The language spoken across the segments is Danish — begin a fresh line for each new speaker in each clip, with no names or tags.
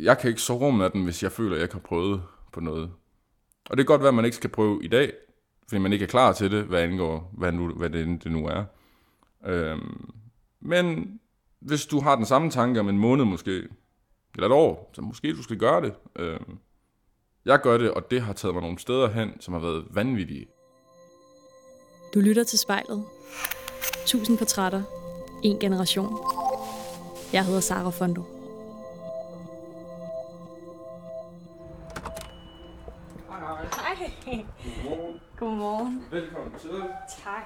jeg kan ikke sove om natten, hvis jeg føler, at jeg ikke har prøvet på noget. Og det kan godt være, at man ikke skal prøve i dag, fordi man ikke er klar til det, hvad angår, hvad det nu er. Men hvis du har den samme tanke om en måned måske, eller et år, så måske du skal gøre det. Jeg gør det, og det har taget mig nogle steder hen, som har været vanvittige.
Du lytter til Spejlet. 1000 portrætter. En generation. Jeg hedder Sara Fondo.
Hej.
Godmorgen.
Godmorgen.
Velkommen til.
Tak.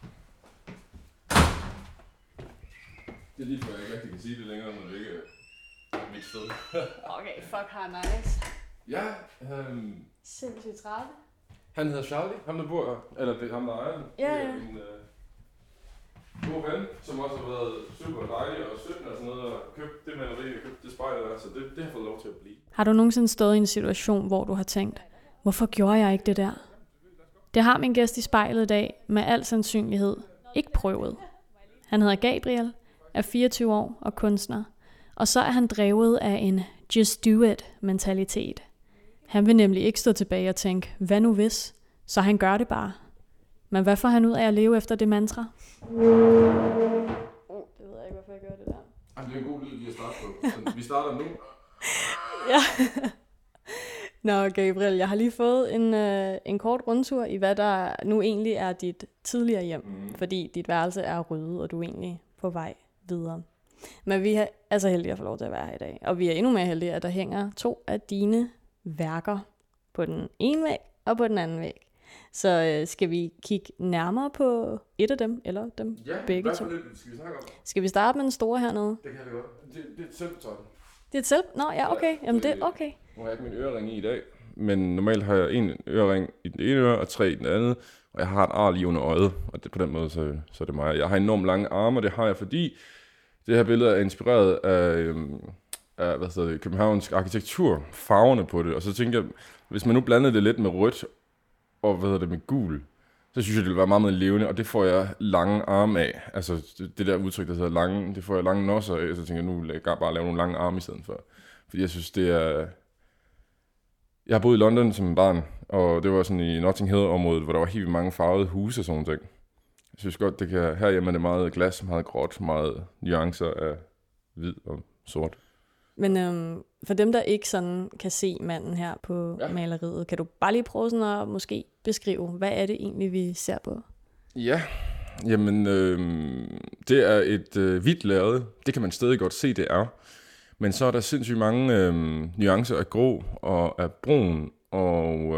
Det er lige før, jeg ikke rigtig kan sige det længere, når det ikke er mit sted.
Okay, fuck her nice.
Ja,
Sindssygt træt.
han hedder Charlie, ham der bor, eller det er ham der ejer den.
Ja,
Det er
ja.
en god ven, som også har været super dejlig og sødt og sådan noget, og købt det maleri og købt det spejl der, så det har fået lov til at blive.
Har du nogensinde stået i en situation, hvor du har tænkt, hvorfor gjorde jeg ikke det der? Det har min gæst i Spejlet i dag med al sandsynlighed ikke prøvet. Han hedder Gabriel, er 24 år og kunstner, og så er han drevet af en just do it mentalitet. Han vil nemlig ikke stå tilbage og tænke, hvad nu hvis? Så han gør det bare. Men hvad får han ud af at leve efter det mantra? Det ved jeg ikke, hvorfor jeg gør det der.
Det er en god lyd lige at starte på. Så vi starter nu.
Ja. Nå, Gabriel, jeg har lige fået en kort rundtur i, hvad der nu egentlig er dit tidligere hjem. Fordi dit værelse er ryddet, og du er egentlig på vej videre. Men vi er så heldige at få lov til at være her i dag. Og vi er endnu mere heldige, at der hænger 2 af dine værker på den ene væg og på den anden væg. Så skal vi kigge nærmere på et af dem, eller dem begge to?
Ja, hvad skal vi snakke om?
Skal vi starte med den store hernede?
Det kan vi godt. Det er et selvportræt.
Det er et selv? Nå, ja, okay. Jamen, det er okay.
Nu har jeg ikke min ørering i dag, men normalt har jeg en ørering i den ene øre og 3 i den anden, og jeg har et ar lige under øjet, og det, på den måde, så er det mig. Jeg har enormt lange arme, og det har jeg, fordi det her billede er inspireret af københavnsk arkitektur, farverne på det, og så tænker jeg, hvis man nu blandede det lidt med rødt og med gul, så synes jeg, det ville være meget, meget levende, og det får jeg lange arme af. Altså det der udtryk, der hedder lange, det får jeg lange nosser af, så tænker jeg, nu kan jeg bare lave nogle lange arme i stedet for. Fordi jeg synes, det er... Jeg har boet i London som barn, og det var sådan i Notting Hill-området, hvor der var helt vildt mange farvede huse og sådan noget. Jeg synes godt, det kan... Herhjemme er det meget glas, meget gråt, meget nuancer af hvid og sort.
Men for dem, der ikke sådan kan se manden her på maleriet, kan du bare lige prøve sådan at måske beskrive, hvad er det egentlig, vi ser på?
Ja, jamen det er et hvidt lærred. Det kan man stadig godt se, det er. Men så er der sindssygt mange nuancer af grå og af brun og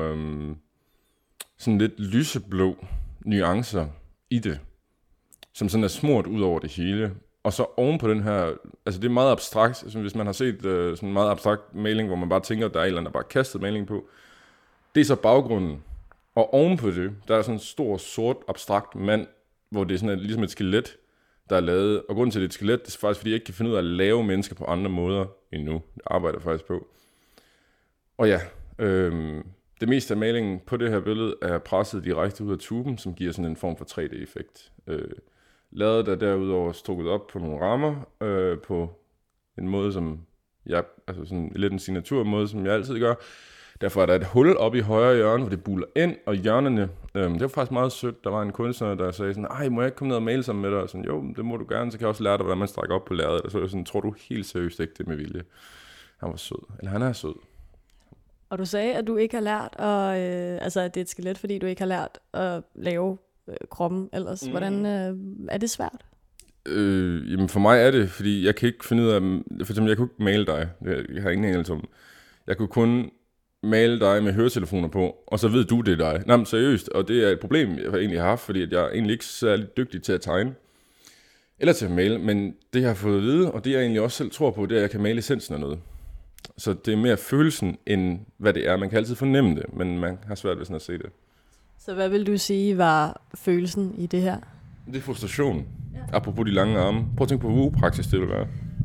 sådan lidt lyseblå nuancer i det, som sådan er smurt ud over det hele. Og så oven på den her, altså det er meget abstrakt, altså hvis man har set sådan en meget abstrakt maling, hvor man bare tænker, at der er et eller andet, der bare kastet maling på. Det er så baggrunden. Og oven på det, der er sådan en stor, sort, abstrakt mand, hvor det er sådan ligesom et skelet, der er lavet. Og grunden til, det er et skelet, det er faktisk, fordi jeg ikke kan finde ud af at lave mennesker på andre måder endnu. Det arbejder jeg faktisk på. Og ja, det meste af malingen på det her billede er presset direkte ud af tuben, som giver sådan en form for 3D-effekt. Lavet der derudover strukket op på nogle rammer, på en måde, som jeg, altså sådan lidt en signaturmåde, som jeg altid gør. Derfor er der et hul op i højre hjørne, hvor det buler ind, og hjørnerne, det var faktisk meget sødt. Der var en kunstner, der sagde sådan, ej, må jeg ikke komme ned og male sammen med dig? Og sådan, jo, det må du gerne, så kan jeg også lære dig, hvordan man strækker op på lærredet. Og så er jeg sådan, tror du helt seriøst ikke det med vilje? Han var sød, eller han er sød.
Og du sagde, at du ikke har lært, altså at det er et skelet, fordi du ikke har lært at lave kroppen ellers. Hvordan er det svært?
Jamen for mig er det, fordi jeg kan ikke finde ud af, for eksempel jeg kunne ikke male dig, jeg har ingen anelse om. Jeg kunne kun male dig med høretelefoner på, og så ved du, det er dig. Nej, men seriøst, og det er et problem, jeg egentlig har haft, fordi at jeg er egentlig ikke særlig dygtig til at tegne, eller til at male, men det jeg har fået at vide, og det jeg egentlig også selv tror på, det er, at jeg kan male essensen af noget. Så det er mere følelsen, end hvad det er. Man kan altid fornemme det, men man har svært ved sådan at se det.
Så hvad vil du sige var følelsen i det her?
Det er frustration. Ja. Apropos de lange arme. Prøv at tænke på, hvor upraksis det vil være.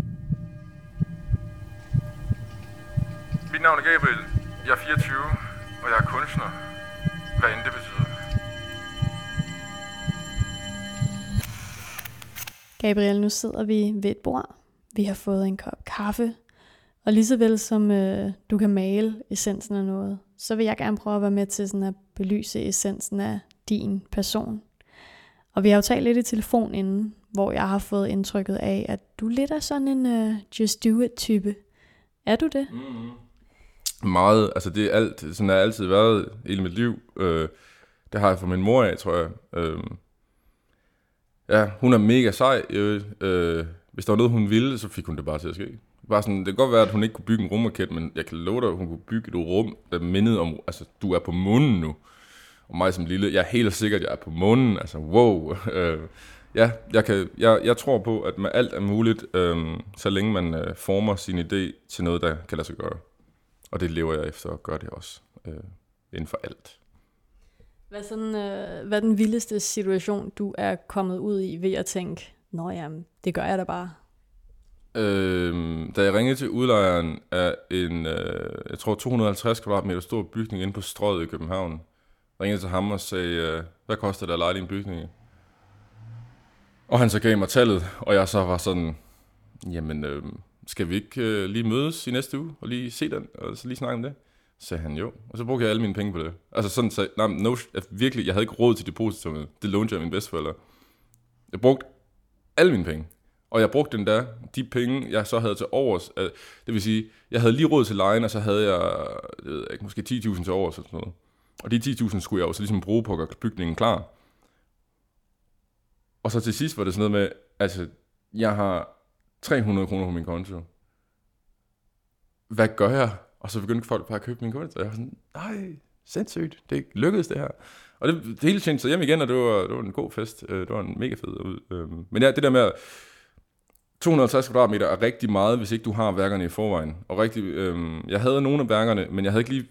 Mit navn er Gabriel. Jeg er 24, og jeg er kunstner. Hvad end det betyder.
Gabriel, nu sidder vi ved et bord. Vi har fået en kop kaffe, Og lige så vel som du kan male essensen af noget, så vil jeg gerne prøve at være med til sådan at belyse essensen af din person. Og vi har jo talt lidt i telefon inden, hvor jeg har fået indtrykket af, at du lidt er sådan en just do it type. Er du det?
Meget, altså det er alt, sådan har jeg altid været hele mit liv. Det har jeg fra min mor af, tror jeg. Ja, hun er mega sej. Hvis der var noget, hun ville, så fik hun det bare til at ske. Bare sådan, det kan godt være, at hun ikke kunne bygge en rumraket, men jeg kan love dig, at hun kunne bygge et rum, der mindede om, altså du er på månen nu. Og mig som lille, jeg er helt sikkert, at jeg er på månen, altså wow. Ja, jeg tror på, at med alt er muligt, så længe man former sin idé til noget, der kan lade sig gøre. Og det lever jeg efter at gøre det også, inden for alt.
Hvad er den vildeste situation, du er kommet ud i ved at tænke, nå jamen, det gør jeg da bare?
Da jeg ringede til udlejeren af en, jeg tror 250 kvadratmeter stor bygning inde på Strøget i København, ringede til ham og sagde, hvad koster det at leje din bygning? Og han så gav mig tallet, og jeg så var sådan, jamen, skal vi ikke lige mødes i næste uge og lige se den, og så lige snakke om det? Så sagde han jo, og så brugte jeg alle mine penge på det. Altså sådan, virkelig, jeg havde ikke råd til depositummet, det lånte jeg mine bedsteforældre. Jeg brugte alle mine penge, og jeg brugte de penge, jeg så havde til overs, det vil sige, jeg havde lige råd til lejen, og så havde jeg ved ikke, måske 10.000 til overs eller sådan noget. Og de 10.000 skulle jeg jo så ligesom bruge på at gøre bygningen klar. Og så til sidst var det sådan noget med, altså, jeg har 300 kroner på min konto. Hvad gør jeg? Og så begyndte folk bare at købe min kunst, og jeg var sådan, nej, sindssygt, det lykkedes det her. Og det hele tjente sig hjem igen, og det var en god fest. Det var en mega fed ud. Men ja, det der med 250 kvadratmeter er rigtig meget, hvis ikke du har værkerne i forvejen. Og jeg havde nogle af værkerne, men jeg havde ikke lige,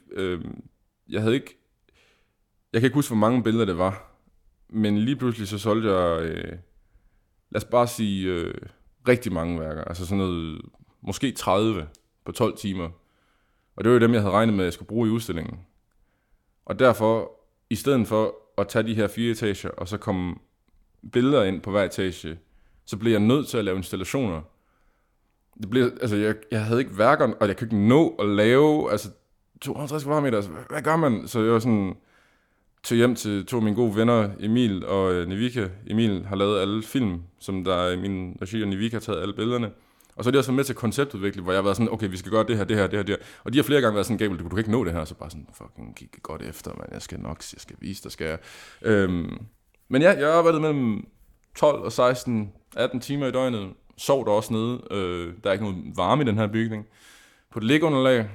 jeg kan ikke huske, hvor mange billeder det var. Men lige pludselig så solgte jeg, lad os bare sige, rigtig mange værker. Altså sådan noget, måske 30 på 12 timer. Og det var jo dem, jeg havde regnet med, at jeg skulle bruge i udstillingen. Og derfor, i stedet for at tage de her 4 etager, og så komme billeder ind på hver etage, så blev jeg nødt til at lave installationer. Det blev, altså jeg havde ikke værkerne, og jeg kunne ikke nå at lave, altså 250 kvadratmeter, altså, hvad gør man? Så jeg var sådan, tog hjem til 2 af mine gode venner, Emil og Nivika. Emil har lavet alle film, som der er i min regi, og Nivika har taget alle billederne. Og så er de også med til konceptudvikling, hvor jeg har været sådan, okay, vi skal gøre det her. Og de har flere gange været sådan, Gabriel, du kan ikke nå det her, så bare sådan, fucking kigge godt efter, man. Jeg skal vise, der skal jeg. Men ja, jeg har arbejdet mellem 12 og 16, 18 timer i døgnet. Sov der også nede. Der er ikke noget varme i den her bygning. På et liggeunderlag.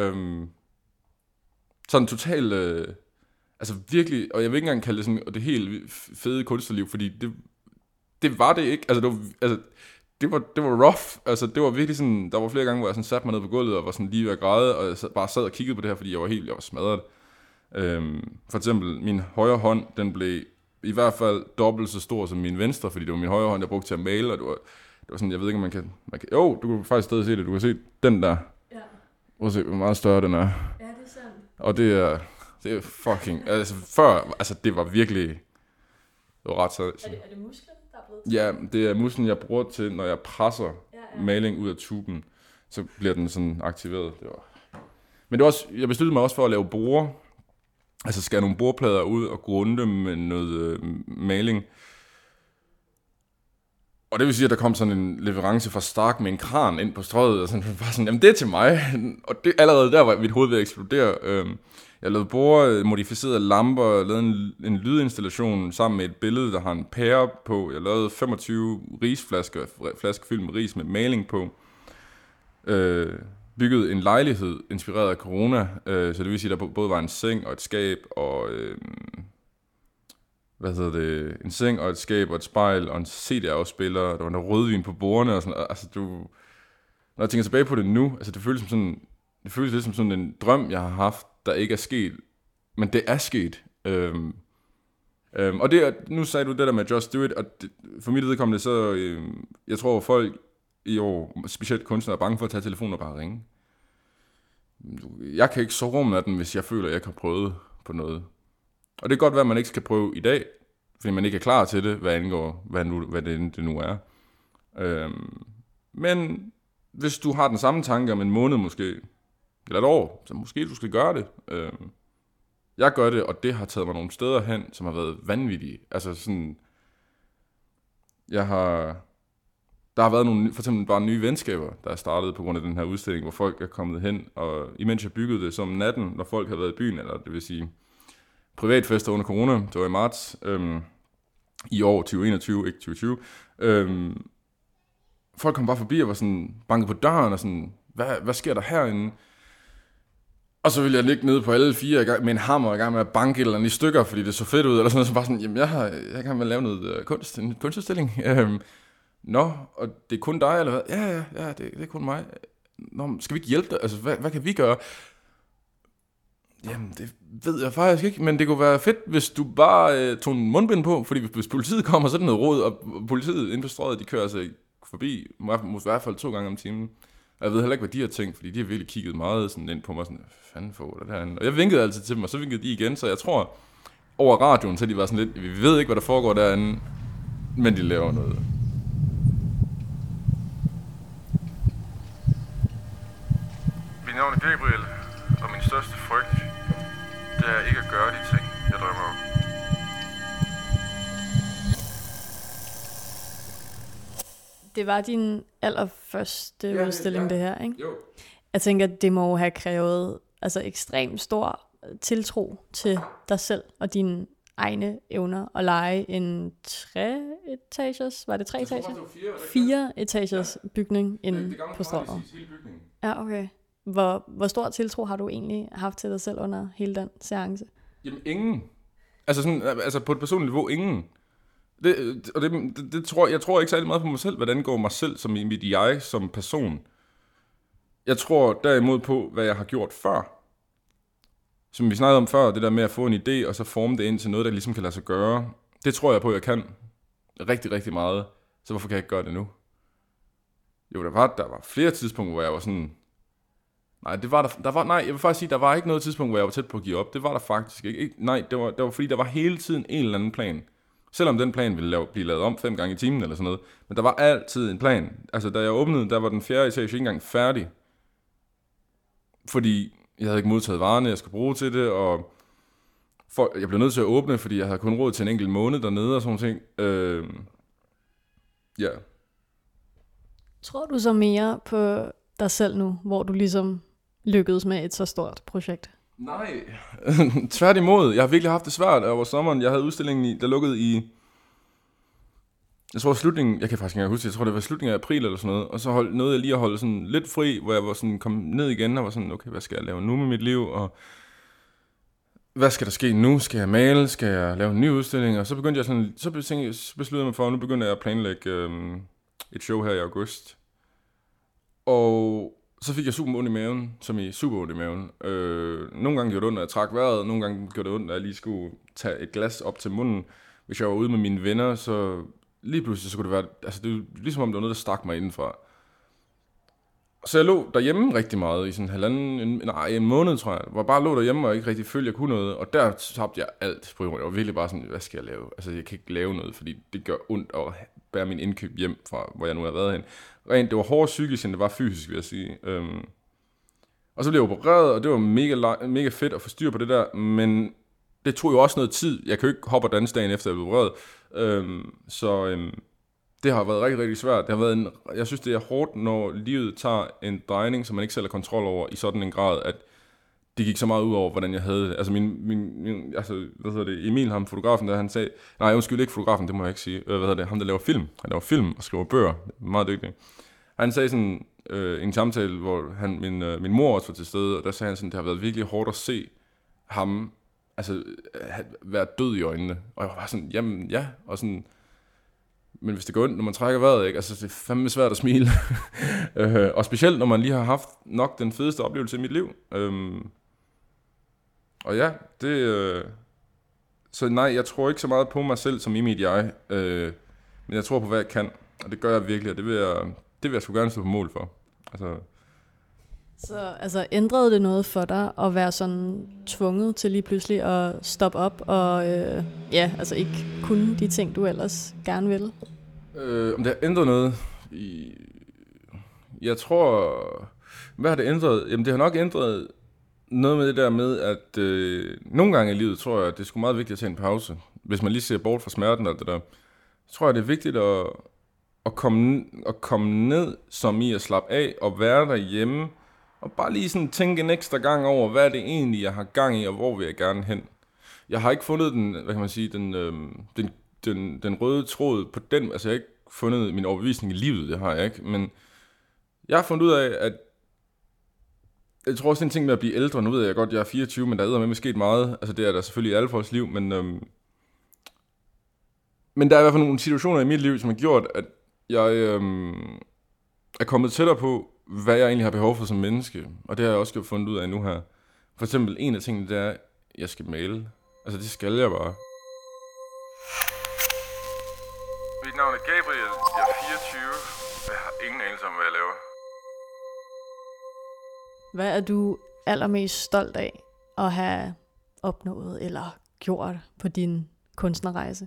Sådan totalt, altså virkelig, og jeg vil ikke engang kalde det sådan, det helt fede kunstnerliv, fordi det var det ikke. Det var rough, altså det var virkelig sådan, der var flere gange, hvor jeg sådan satte mig ned på gulvet og var sådan lige ved at græde, og jeg bare sad og kiggede på det her, fordi jeg var smadret. For eksempel, min højre hånd, den blev i hvert fald dobbelt så stor som min venstre, fordi det var min højre hånd, jeg brugte til at male, og det var sådan, jeg ved ikke, om man kan jo, du kan faktisk stadig se det, du kan se den der. Ja. Prøv at se, hvor meget større den er.
Ja, det er sandt.
Og det er fucking, altså før, altså det var virkelig, det var ret så.
Er det muskler?
Ja, det er musklen, jeg bruger til, når jeg presser maling ud af tuben, så bliver den sådan aktiveret. Men det var også, jeg besluttede mig også for at lave borer, altså skære nogle boreplader ud og grunde med noget maling. Og det vil sige, at der kom sådan en leverance fra Stark med en kran ind på Strøget, og sådan, jamen det er til mig. Og det, allerede der var mit hoved ved at eksplodere. Jeg lavede borer, modificerede lamper, lavede en lydinstallation sammen med et billede, der har en pære på. Jeg lavede 25 risflasker, flaskefyldt med ris med maling på. Byggede en lejlighed inspireret af corona, så det vil sige, at der både var en seng og et skab, og en seng og et skab og et spejl og en CD-afspiller, der var noget rødvin på bordene og sådan. Altså når jeg tænker tilbage på det nu, altså det føles lidt som sådan en drøm, jeg har haft, der ikke er sket, men det er sket. Og nu sagde du det der med just do it, og for mit vedkommende så, jeg tror folk i år, specielt kunstnere, er bange for at tage telefonen og bare ringe. Jeg kan ikke sove om natten, hvis jeg føler, at jeg ikke har prøvet på noget. Og det kan godt være, at man ikke skal prøve i dag, fordi man ikke er klar til det, hvad angår, hvad det nu er. Men hvis du har den samme tanke om en måned måske, eller et år, så måske du skal gøre det. Jeg gør det, og det har taget mig nogle steder hen, som har været vanvittige. Altså sådan, der har været nogle, for eksempel bare nye venskaber, der er startet på grund af den her udstilling, hvor folk er kommet hen, og imens jeg byggede det som natten, når folk har været i byen, eller det vil sige privatfester under corona, det var i marts i år 2021, ikke 2020. Folk kom bare forbi og var sådan banket på døren og sådan, hvad sker der herinde? Og så ville jeg ligge nede på alle fire med en hammer i gang med at banke et eller andet i stykker, fordi det så fedt ud, eller sådan noget, så bare sådan, jamen jeg kan vel lave noget kunst, en kunstudstilling. Nå, og det er kun dig, eller hvad? Ja, det er kun mig. Nå, skal vi ikke hjælpe dig? Altså, hvad kan vi gøre? Jamen, det ved jeg faktisk ikke, men det kunne være fedt, hvis du bare tog en mundbind på, fordi hvis politiet kommer, så er det noget råd, og politiet inde på strøget, de kører sig forbi, i hvert fald 2 gange om timen. Og jeg ved heller ikke, hvad de har tænkt, fordi de har virkelig kigget meget sådan ind på mig, sådan, hvad fanden får der derinde? Og jeg vinkede altid til dem, og så vinkede de igen, så jeg tror, over radioen, så de var sådan lidt, vi ved ikke, hvad der foregår derinde, men de laver noget. Mit navn er Gabriel, og min største frygt, det er ikke at gøre de ting, jeg drømmer om.
Det var din allerførste udstilling, det her, ikke?
Jo.
Jeg tænker, at det må have krævet altså ekstremt stor tiltro til dig selv og dine egne evner at lege en 3-etagers, var det 3 etager? 4 etagers bygning inde på Strøget. Ja, okay. Hvor stor tiltro har du egentlig haft til dig selv under hele den seance?
Jamen ingen. Altså på et personligt niveau, ingen. Det jeg tror ikke særlig meget på mig selv, hvordan går mig selv som mit jeg som person. Jeg tror derimod på, hvad jeg har gjort før. Som vi snakkede om før, det der med at få en idé, og så forme det ind til noget, der ligesom kan lade sig gøre. Det tror jeg på, jeg kan. Rigtig, rigtig meget. Så hvorfor kan jeg ikke gøre det nu? Jo, der var flere tidspunkter, hvor jeg var sådan... Nej, jeg vil faktisk sige, der var ikke noget tidspunkt, hvor jeg var tæt på at give op. Det var der faktisk ikke. Nej, det var fordi, der var hele tiden en eller anden plan. Selvom den plan ville blive lavet om 5 gange i timen eller sådan noget. Men der var altid en plan. Altså, da jeg åbnede, der var den 4. etage ikke engang færdig. Fordi jeg havde ikke modtaget varerne, jeg skulle bruge til det, og jeg blev nødt til at åbne, fordi jeg havde kun råd til en enkelt måned dernede og sådan ting. Ja.
Tror du så mere på dig selv nu, hvor du ligesom lykkedes med et så stort projekt?
Nej, tværtimod. Jeg har virkelig haft det svært over sommeren. Jeg havde udstillingen, der lukkede i... Jeg tror slutningen... Jeg kan faktisk ikke huske det. Jeg tror, det var slutningen af april eller sådan noget. Og så nåede jeg lige at holde sådan lidt fri, hvor jeg var sådan kom ned igen og var sådan, okay, hvad skal jeg lave nu med mit liv? Og hvad skal der ske nu? Skal jeg male? Skal jeg lave en ny udstilling? Og så begyndte jeg sådan... Så besluttede jeg mig for, at nu begynder jeg at planlægge et show her i august. Og så fik jeg super ondt i maven, som i super ondt i maven. Nogle gange gjorde det ondt, at jeg trak vejret. Nogle gange gjorde det ondt, at jeg lige skulle tage et glas op til munden. Hvis jeg var ude med mine venner, så lige pludselig så kunne det være... Altså det var ligesom om det var noget, der stak mig indenfra. Så jeg lå derhjemme rigtig meget i sådan en måned, tror jeg. Hvor jeg bare lå derhjemme og ikke rigtig følte, jeg kunne noget. Og der tabte jeg alt på jorden. Jeg var virkelig bare sådan, hvad skal jeg lave? Altså jeg kan ikke lave noget, fordi det gør ondt at bære min indkøb hjem fra, hvor jeg nu har været hen. Rent, det var hårdere psykisk, end det var fysisk, vil jeg sige. Og så blev jeg opereret, og det var mega fedt at få styr på det der. Men det tog jo også noget tid. Jeg kan jo ikke hoppe og danse dagen efter, jeg blev opereret. Det har været rigtig, rigtig svært. Jeg synes, det er hårdt, når livet tager en drejning, som man ikke selv har kontrol over, i sådan en grad, at det gik så meget ud over, hvordan jeg havde det. Altså Emil, ham fotografen, der han sagde, nej, undskyld, ikke fotografen, det må jeg ikke sige. Ham der laver film. Han laver film og skriver bøger. Meget dygtig. Han sagde sådan en samtale, hvor min mor også var til stede, og der sagde han sådan, det har været virkelig hårdt at se ham, altså være død i øjnene. Og jeg var sådan, jamen ja, og sådan... Men hvis det går ondt, når man trækker vejret, ikke? Altså, det er fandme svært at smile. Og specielt, når man lige har haft nok den fedeste oplevelse i mit liv. Og ja, så nej, jeg tror ikke så meget på mig selv, som i mit jeg. Men jeg tror på, hvad jeg kan. Og det gør jeg virkelig, og det vil jeg sgu gerne stå på mål for.
Så ændrede det noget for dig at være sådan tvunget til lige pludselig at stoppe op og ikke kunne de ting, du ellers gerne ville?
Om det har ændret noget? Jeg tror... Hvad har det ændret? Jamen, det har nok ændret noget med det der med, at nogle gange i livet, tror jeg, at det er sgu meget vigtigt at tage en pause. Hvis man lige ser bort fra smerten og det der, så tror jeg, det er vigtigt at komme ned, som i at slappe af og være derhjemme, og bare lige sådan tænke en ekstra gang over, hvad er det egentlig, jeg har gang i, og hvor vil jeg gerne hen. Jeg har ikke fundet den, hvad kan man sige, den røde tråd på den, altså jeg har ikke fundet min overbevisning i livet, det har jeg ikke, men jeg har fundet ud af, at jeg tror også, det er en ting med at blive ældre. Nu ved jeg godt, at jeg er 24, men der er med sket meget. Altså, det er der selvfølgelig i alle folks liv, men der er i hvert fald nogle situationer i mit liv, som har gjort, at jeg er kommet tættere på, hvad jeg egentlig har behov for som menneske. Og det har jeg også fundet ud af nu her. For eksempel, en af tingene, det er, at jeg skal male. Altså, det skal jeg bare. Mit navn er Gabriel. Jeg er 24. Jeg har ingen anelse om, hvad jeg laver.
Hvad er du allermest stolt af at have opnået eller gjort på din kunstnerrejse?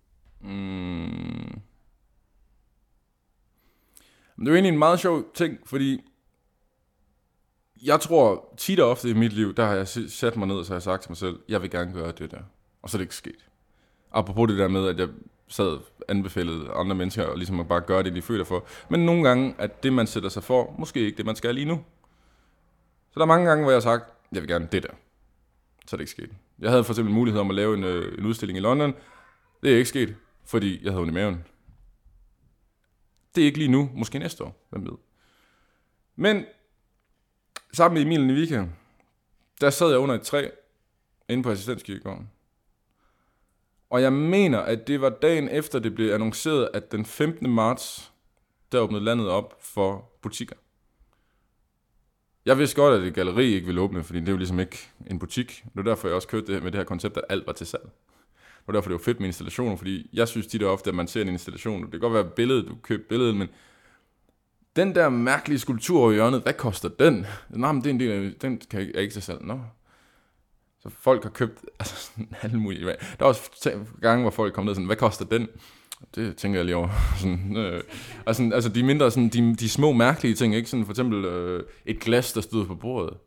Det er jo egentlig en meget sjov ting, fordi jeg tror tit og ofte i mit liv, der har jeg sat mig ned, og så har jeg sagt til mig selv, jeg vil gerne gøre det der. Og så er det ikke sket. Apropos det der med, at jeg sad anbefalede andre mennesker, og ligesom at bare gøre det, de føler for. Men nogle gange, at det man sætter sig for, måske ikke det, man skal lige nu. Så der er mange gange, hvor jeg har sagt, jeg vil gerne det der. Så er det ikke sket. Jeg havde for eksempel mulighed om at lave en udstilling i London. Det er ikke sket, fordi jeg havde ondt i maven. Det er ikke lige nu, måske næste år, hvem ved. Men sammen med Emil Nevika, der sad jeg under et træ inde på Assistenskirkegården. Og jeg mener, at det var dagen efter, det blev annonceret, at den 15. marts, der åbnede landet op for butikker. Jeg vidste godt, at et galleri ikke ville åbne, fordi det er jo ligesom ikke en butik. Det var derfor, jeg også kørte det med det her koncept, at alt var til salg. Det var derfor, det var fedt med installationer, fordi jeg synes tit og ofte, at man ser en installation. Det kan godt være billedet, du køber billedet, men den der mærkelige skulptur over hjørnet, hvad koster den? Nå, men det er en del af, den kan jeg ikke til salg. Nå. Så folk har købt altså, alle mulige. Der er også gange, hvor folk kommer ned sådan, hvad koster den? Det tænker jeg lige over. Altså de mindre, sådan, de små mærkelige ting, ikke? Sådan for eksempel et glas, der stod på bordet.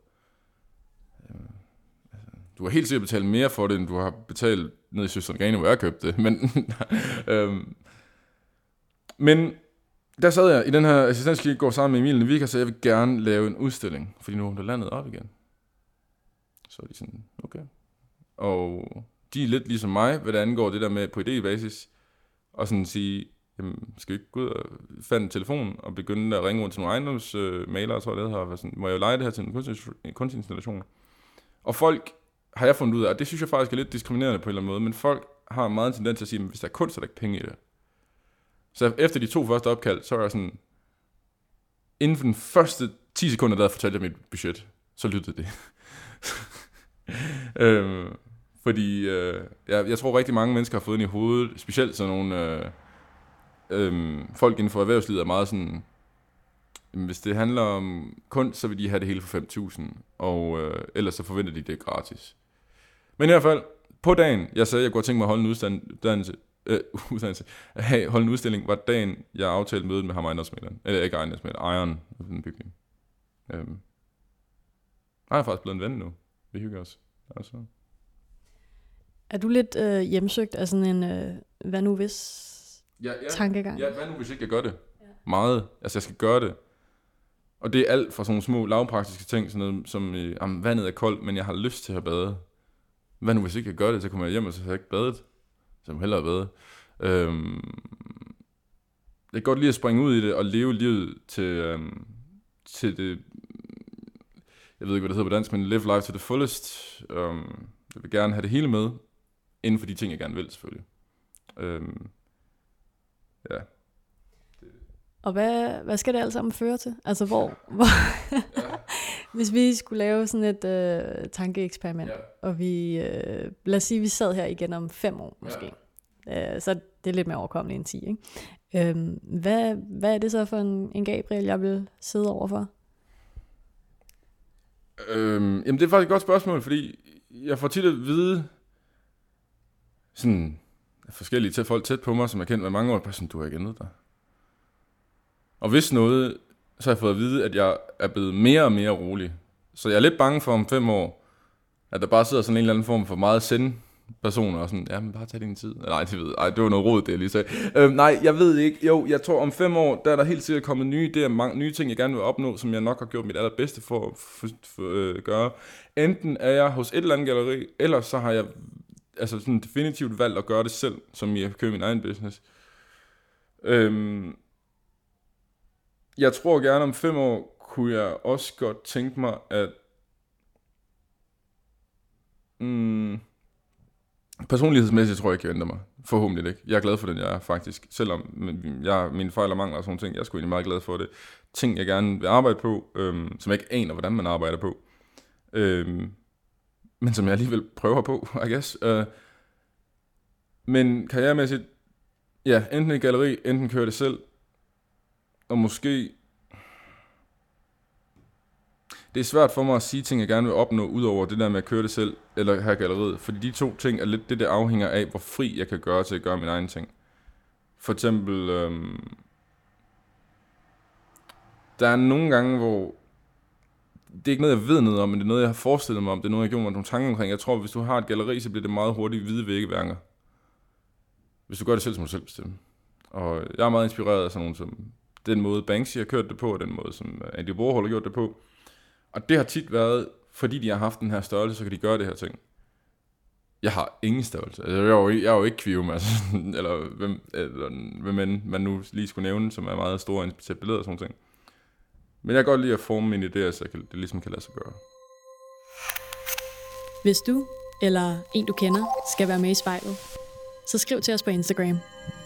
Du har helt sikkert betalt mere for det, end du har betalt ned i Søsteren Grene, hvor jeg købte det. Men der sad jeg i den her assistenskirkegård sammen med Emil Nevika, så jeg vil gerne lave en udstilling, fordi nu er der landet op igen. Så er de sådan, okay. Og de er lidt ligesom mig, hvad der angår det der med på idébasis, og sådan sige, jamen, skal vi ikke gå ud og finde en telefon og begynde at ringe rundt til nogle ejendomsmalere, tror jeg det hedder, sådan, må jeg jo lege det her til en kunstinstallation. Og folk har jeg fundet ud af, og det synes jeg faktisk er lidt diskriminerende på en eller anden måde, men folk har meget en tendens til at sige, at hvis der er kunst, så er der ikke penge i det. Så efter de 2 første opkald, så er jeg sådan, inden for den første 10 sekunder, der fortalte jeg mit budget, så lyttede det. Fordi jeg tror rigtig mange mennesker har fået ind i hovedet, specielt sådan nogle folk inden for erhvervslivet er meget sådan, hvis det handler om kunst, så vil de have det hele for 5.000, og ellers så forventer de det gratis. Men i hvert fald, på dagen, jeg sagde, at jeg kunne tænke mig at holde holde en udstilling, var dagen, jeg aftalte mødet med ham ejendomsmæleren. Eller ikke ejendomsmæleren, ejeren af den bygning. Han er faktisk blevet en ven nu. Vi hygger os. Altså.
Er du lidt hjemsøgt af sådan en hvad nu hvis tankegang?
Ja, hvad nu hvis ikke jeg gør det? Ja. Meget. Altså jeg skal gøre det. Og det er alt fra sådan nogle små lavpraktiske ting, sådan noget som, vandet er koldt, men jeg har lyst til at bade. Hvad nu hvis ikke jeg gør det, så kommer jeg hjem, og så har jeg ikke badet. Så jeg må hellere bade. Jeg kan godt lide at springe ud i det, og leve livet til det, jeg ved ikke, hvad det hedder på dansk, men live life to the fullest. Jeg vil gerne have det hele med, inden for de ting, jeg gerne vil, selvfølgelig. Ja.
Og hvad skal det alt sammen føre til? Altså hvor hvis vi skulle lave sådan et tankeeksperiment, og vi, lad os sige, vi sad her igen om 5 år måske. Så det er lidt mere overkommeligt end 10, ikke? Hvad er det så for en Gabriel, jeg vil sidde overfor?
Jamen det er faktisk et godt spørgsmål, fordi jeg får tit at vide sådan forskellige folk tæt på mig, som jeg kendt med mange år, bare sådan, du har ikke ændret dig. Og hvis noget, så har jeg fået at vide, at jeg er blevet mere og mere rolig. Så jeg er lidt bange for om 5 år, at der bare sidder sådan en eller anden form for meget personer og sådan, ja, men bare tag din tid. Nej, det var noget rod, det jeg lige sagde. Nej, jeg ved ikke. Jo, jeg tror om 5 år, der er der helt sikkert kommet nye idéer, mange nye ting, jeg gerne vil opnå, som jeg nok har gjort mit allerbedste for at gøre. Enten er jeg hos et eller andet galleri, eller så har jeg sådan definitivt valgt at gøre det selv, som jeg kører min egen business. Jeg tror gerne om 5 år, kunne jeg også godt tænke mig, at personlighedsmæssigt tror jeg ikke, jeg ændrer mig. Forhåbentlig ikke. Jeg er glad for den, jeg er faktisk. Selvom mine fejl og mangler og sådan ting, jeg er sgu egentlig meget glad for det. Ting, jeg gerne vil arbejde på, som jeg ikke aner, hvordan man arbejder på. Men som jeg alligevel prøver på, I guess. Men karrieremæssigt, ja, enten et galleri, enten kører det selv. Og måske... Det er svært for mig at sige ting, jeg gerne vil opnå, udover det der med at køre det selv, eller have galleriet. Fordi de 2 ting er lidt det, der afhænger af, hvor fri jeg kan gøre til at gøre min egen ting. For eksempel, der er nogle gange, hvor det er ikke noget, jeg ved noget om, men det er noget, jeg har forestillet mig om. Det er noget, jeg gjorde mig nogle tanker omkring. Jeg tror, hvis du har et galleri, så bliver det meget hurtigt hvide væggeværker. Hvis du gør det selv, så må du selv bestemme. Og jeg er meget inspireret af sådan nogle som den måde Banksy har kørt det på, og den måde, som Andy Warhol har gjort det på. Og det har tit været, fordi de har haft den her størrelse, så kan de gøre det her ting. Jeg har ingen størrelse. Altså, jeg er jo ikke Kvium, altså, eller hvem end man nu lige skulle nævne, som er meget store og inspireret billeder og sådan ting. Men jeg kan godt lide at forme mine idéer, så det ligesom kan lade sig gøre.
Hvis du eller en du kender skal være med i spejlet, så skriv til os på Instagram.